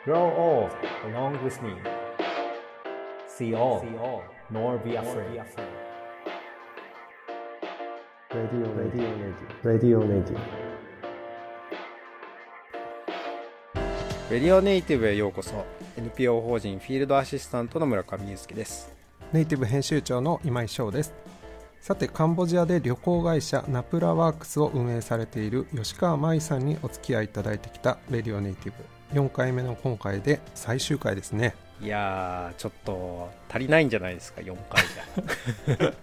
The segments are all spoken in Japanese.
Grow old along with me. See all, nor be afraid. Radio レディオネイティブへようこそ。 NPO 法人フィールドアシスタントの村上祐介です。 ネイティブ編集長の今井翔です。さて、カンボジアで旅行会社ナプラワークスを運営されている吉川舞さんにお付き合いいただいてきたレディオネイティブ4回目の今回で最終回ですね。 いやー、ちょっと足りないんじゃないですか、4回じゃ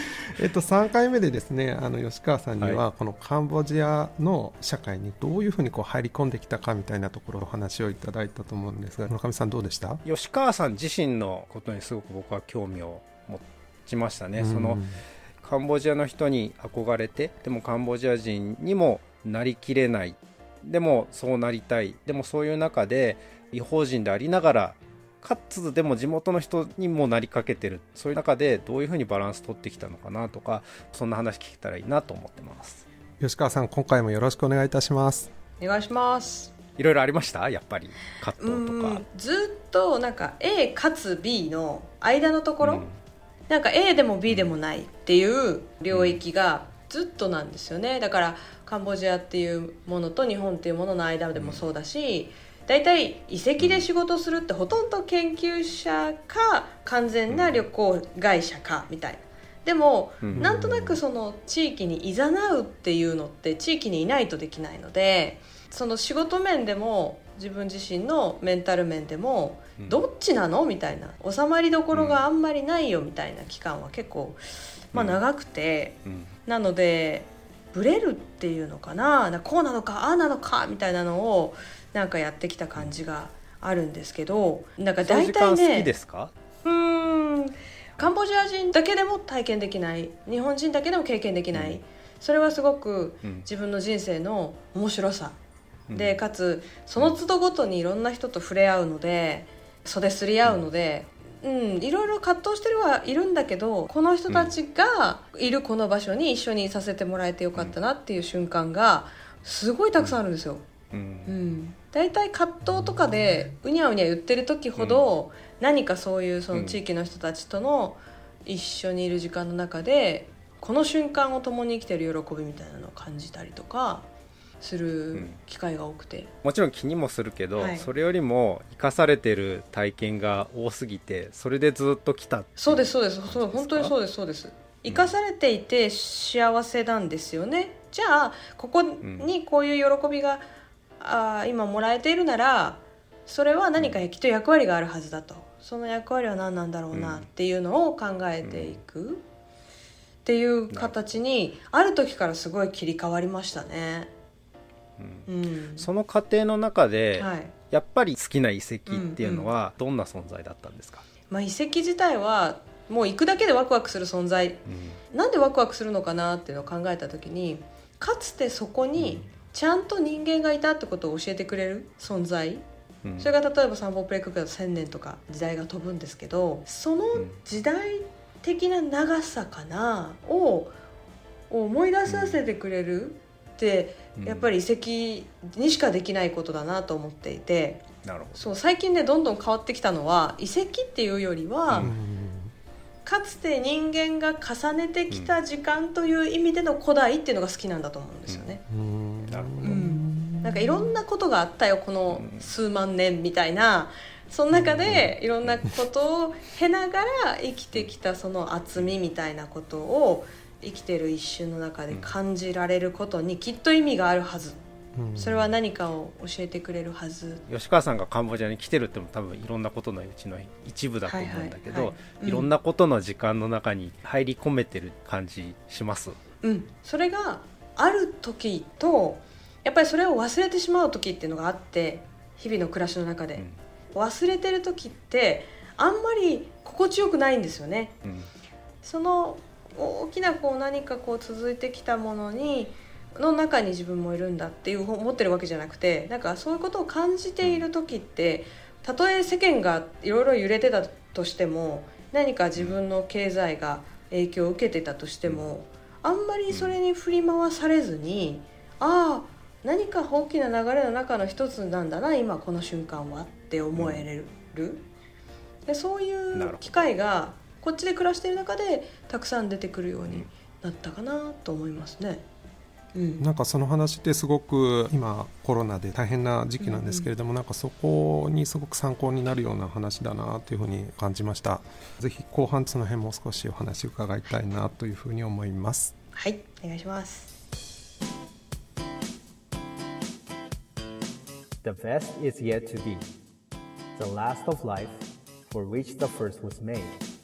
3回目でですね、吉川さんにはこのカンボジアの社会にどういうふうに入り込んできたかみたいなところお話をいただいたと思うんですが、村上さんどうでした？ 吉川さん自身のことにすごく僕は興味を持ちましたね。そのカンボジアの人に憧れて、でもカンボジア人にもなりきれない、でもそうなりたい、でもそういう中で違法人でありながらかつでも地元の人にもなりかけてる、そういう中でどういうふうにバランス取ってきたのかなとか、そんな話聞けたらいいなと思ってます。 吉川さん、今回もよろしくお願いいたします。 お願いします。 いろいろありました？やっぱり葛藤とか。 ずっとなんか A かつ B の間のところ、なんか A でも B でもないっていう領域がずっとなんですよね。だからカンボジアっていうものと日本っていうものの間でもそうだし、だいたい遺跡で仕事するってほとんど研究者か完全な旅行会社かみたいな。でもなんとなくその地域に誘うっていうのって地域にいないとできないので、その仕事面でも自分自身のメンタル面でもどっちなのみたいな、収まりどころがあんまりないよみたいな期間は結構長くて、なのでブレるっていうのかな、こうなのかああなのかみたいなのをなんかやってきた感じがあるんですけど、なんか大体ね、 その時間好きですか？ カンボジア人だけでも体験できない、日本人だけでも経験できない、それはすごく自分の人生の面白さで、かつその都度ごとにいろんな人と触れ合うので、袖すり合うので、いろいろ葛藤してはいるんだけど、この人たちがいるこの場所に一緒にいさせてもらえてよかったなっていう瞬間がすごいたくさんあるんですよ。だいたい葛藤とかでうにゃうにゃ言ってる時ほど、何かそういうその地域の人たちとの一緒にいる時間の中でこの瞬間を共に生きてる喜びみたいなのを感じたりとかする機会が多くて、 もちろん気にもするけど、 はい、 それよりも生かされてる体験が多すぎて、それでずっと来た。 そうですそうです、そう本当にそうですそうです。生かされていて幸せなんですよね。じゃあここにこういう喜びが今もらえているなら、それは何かきっと役割があるはずだと、その役割は何なんだろうなっていうのを考えていくっていう形にある時からすごい切り替わりましたね。 その過程の中で、 はい、 やっぱり好きな遺跡っていうのはどんな存在だったんですか？ 遺跡自体はもう行くだけでワクワクする存在、なんでワクワクするのかなっていうのを考えた時に、かつてそこにちゃんと人間がいたってことを教えてくれる存在、それが例えばサンボプレイクだと1000年とか時代が飛ぶんですけど、その時代的な長さかなを思い出させてくれるって、やっぱり遺跡にしかできないことだなと思っていて、 なるほど。 そう最近ねどんどん変わってきたのは、遺跡っていうよりは、かつて人間が重ねてきた時間という意味での古代っていうのが好きなんだと思うんですよね。 なるほど。 なんかいろんなことがあったよこの数万年みたいな、その中でいろんなことを経ながら生きてきたその厚みみたいなことを生きてる一瞬の中で感じられることにきっと意味があるはず、それは何かを教えてくれるはず。 吉川さんがカンボジアに来てるっても多分いろんなことのうちの一部だと思うんだけど、いろんなことの時間の中に入り込めてる感じします？ それがある時と、やっぱりそれを忘れてしまう時っていうのがあって、日々の暮らしの中で、忘れてる時ってあんまり心地よくないんですよね。その大きな何か続いてきたものの中に自分もいるんだっていう思ってるわけじゃなくて、なんかそういうことを感じている時って、たとえ世間がいろいろ揺れてたとしても、何か自分の経済が影響を受けてたとしても、あんまりそれに振り回されずに、何か大きな流れの中の一つなんだな今この瞬間はっって思えれる、でそういう機会がこっちで暮らしている中でたくさん出てくるようになったかなと思いますね。 なんかその話ってすごく今コロナで大変な時期なんですけれども、なんかそこにすごく参考になるような話だなというふうに感じました。ぜひ後半その辺も少しお話伺いたいなというふうに思います。 はい、お願いします。 The best is yet to be, the last of life for which the first was made.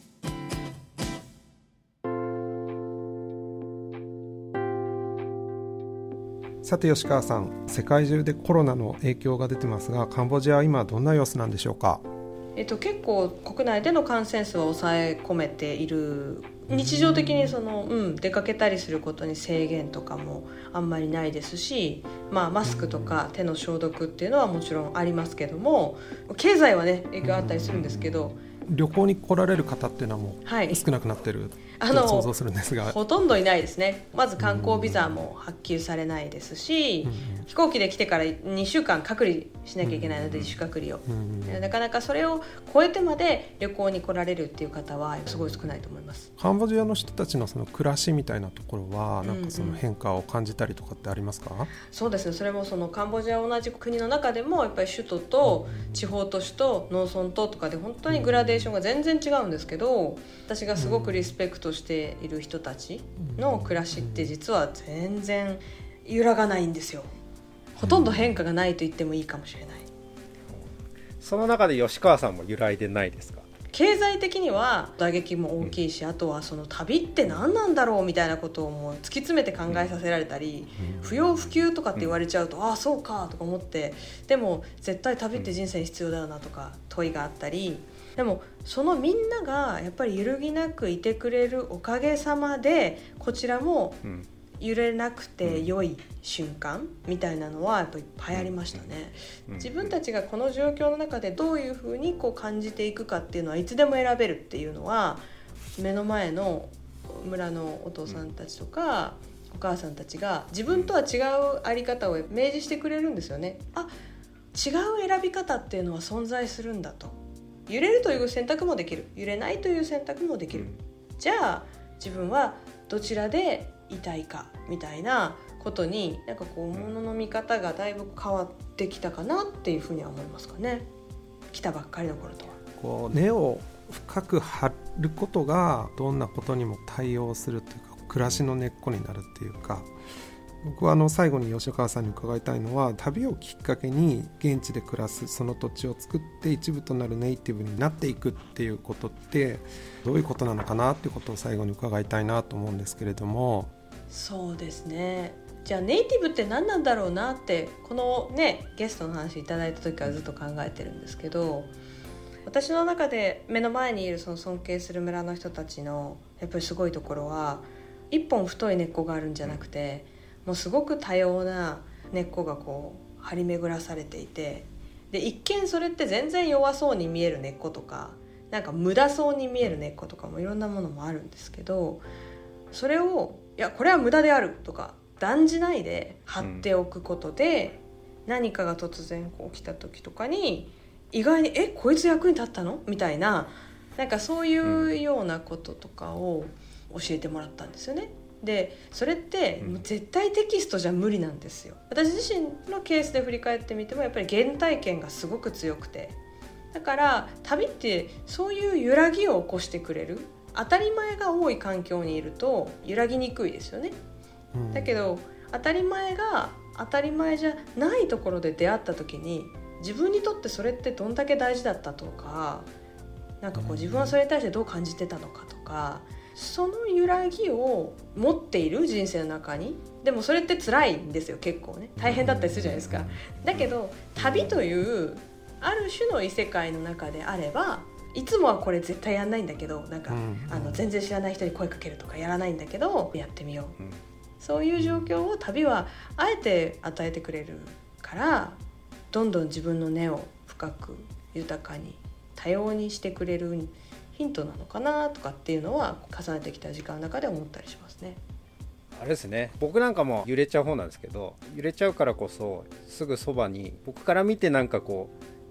さて吉川さん、世界中でコロナの影響が出てますが、カンボジアは今どんな様子なんでしょうか？ 結構国内での感染数は抑え込めている。日常的に出かけたりすることに制限とかもあんまりないですし、マスクとか手の消毒っていうのはもちろんありますけども、経済はね影響あったりするんですけど、 旅行に来られる方っていうのはもう少なくなってると想像するんですが、 ほとんどいないですね。まず観光ビザも発給されないですし、飛行機で来てから2週間隔離しなきゃいけないので、自主隔離を、なかなかそれを超えてまで旅行に来られるっていう方はすごい少ないと思います。 カンボジアの人たちのその暮らしみたいなところはなんかその変化を感じたりとかってありますか？ そうですね、それもそのカンボジア同じ国の中でもやっぱり首都と地方都市と農村ととかで本当にグラデーションが全然違うんですけど、私がすごくリスペクトしている人たちの暮らしって実は全然揺らがないんですよ。ほとんど変化がないと言ってもいいかもしれない。 その中で吉川さんも揺らいでないですか？ 経済的には打撃も大きいし、あとはその旅って何なんだろうみたいなことをもう突き詰めて考えさせられたり、不要不急とかって言われちゃうと、ああそうかとか思って、でも絶対旅って人生に必要だよなとか問いがあったり、でもそのみんながやっぱり揺るぎなくいてくれるおかげさまで、こちらも揺れなくて良い瞬間みたいなのはやっぱりいっぱいありましたね。自分たちがこの状況の中でどういうふうにこう感じていくかっていうのはいつでも選べるっていうのは、目の前の村のお父さんたちとかお母さんたちが自分とは違うあり方を明示してくれるんですよね。あ、違う選び方っていうのは存在するんだと。揺れるという選択もできる、揺れないという選択もできる、じゃあ自分はどちらでいたいかみたいなことに、なんかこう物の見方がだいぶ変わってきたかなっていうふうには思いますかね。来たばっかりの頃とはこう根を深く張ることがどんなことにも対応するというか、暮らしの根っこになるっていうか、僕は最後に吉川さんに伺いたいのは、旅をきっかけに現地で暮らすその土地を作って一部となるネイティブになっていくっていうことってどういうことなのかなっていうことを最後に伺いたいなと思うんですけれども。 そうですね、じゃあネイティブって何なんだろうなって、このねゲストの話いただいた時からずっと考えてるんですけど、私の中で目の前にいるその尊敬する村の人たちのやっぱりすごいところは、一本太い根っこがあるんじゃなくて、もうすごく多様な根っこがこう張り巡らされていて、で一見それって全然弱そうに見える根っことか、なんか無駄そうに見える根っことかもいろんなものもあるんですけど、それをいやこれは無駄であるとか断じないで張っておくことで、何かが突然こう来た時とかに意外にこいつ役に立ったのみたいな、なんかそういうようなこととかを教えてもらったんですよね。でそれってもう絶対テキストじゃ無理なんですよ。私自身のケースで振り返ってみてもやっぱり原体験がすごく強くて、だから旅ってそういう揺らぎを起こしてくれる、当たり前が多い環境にいると揺らぎにくいですよね。だけど当たり前が当たり前じゃないところで出会った時に、自分にとってそれってどんだけ大事だったとか、なんかこう自分はそれに対してどう感じてたのかとか、その揺らぎを持っている人生の中に、でもそれって辛いんですよ、結構ね大変だったりするじゃないですか。だけど旅というある種の異世界の中であれば、いつもはこれ絶対やんないんだけど、なんか全然知らない人に声かけるとかやらないんだけどやってみよう、そういう状況を旅はあえて与えてくれるから、どんどん自分の根を深く豊かに多様にしてくれるヒントなのかなとかっていうのは重ねてきた時間の中で思ったりしますね。 あれですね、僕なんかも揺れちゃう方なんですけど、揺れちゃうからこそすぐそばに僕から見てなんかこう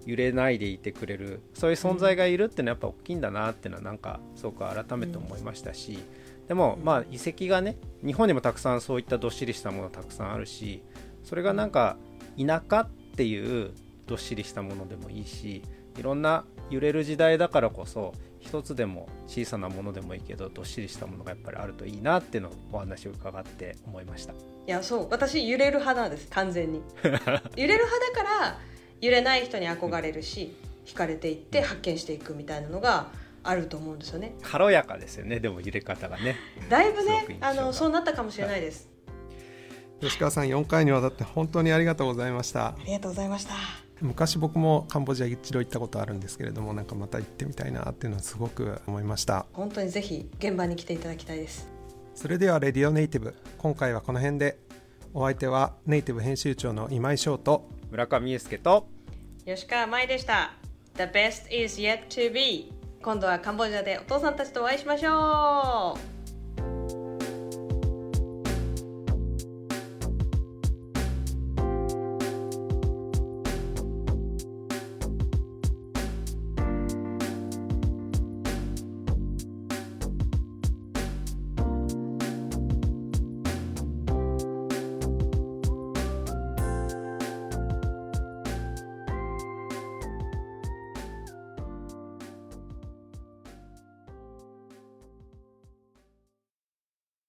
揺れないでいてくれる、そういう存在がいるっていうのはやっぱ大きいんだなっていうのはなんかすごく改めて思いましたし、でもまあ遺跡がね、日本にもたくさんそういったどっしりしたものたくさんあるし、それがなんか田舎っていうどっしりしたものでもいいし、いろんな揺れる時代だからこそ一つでも小さなものでもいいけどどっしりしたものがやっぱりあるといいなっていうのをお話を伺って思いました。 いやそう、私揺れる派なんです、完全に揺れる派だから揺れない人に憧れるし、惹かれていって発見していくみたいなのがあると思うんですよね。 軽やかですよね、でも揺れ方がねだいぶねそうなったかもしれないです、 吉川さん、4回にわたって本当にありがとうございました。 ありがとうございました。 昔僕もカンボジア一度行ったことあるんですけれども、なんかまた行ってみたいなっていうのはすごく思いました。 本当にぜひ現場に来ていただきたいです。 それではレディオネイティブ、今回はこの辺で。お相手はネイティブ編集長の今井翔と村上裕介と吉川舞でした。 The best is yet to be。 今度はカンボジアでお父さんたちとお会いしましょう。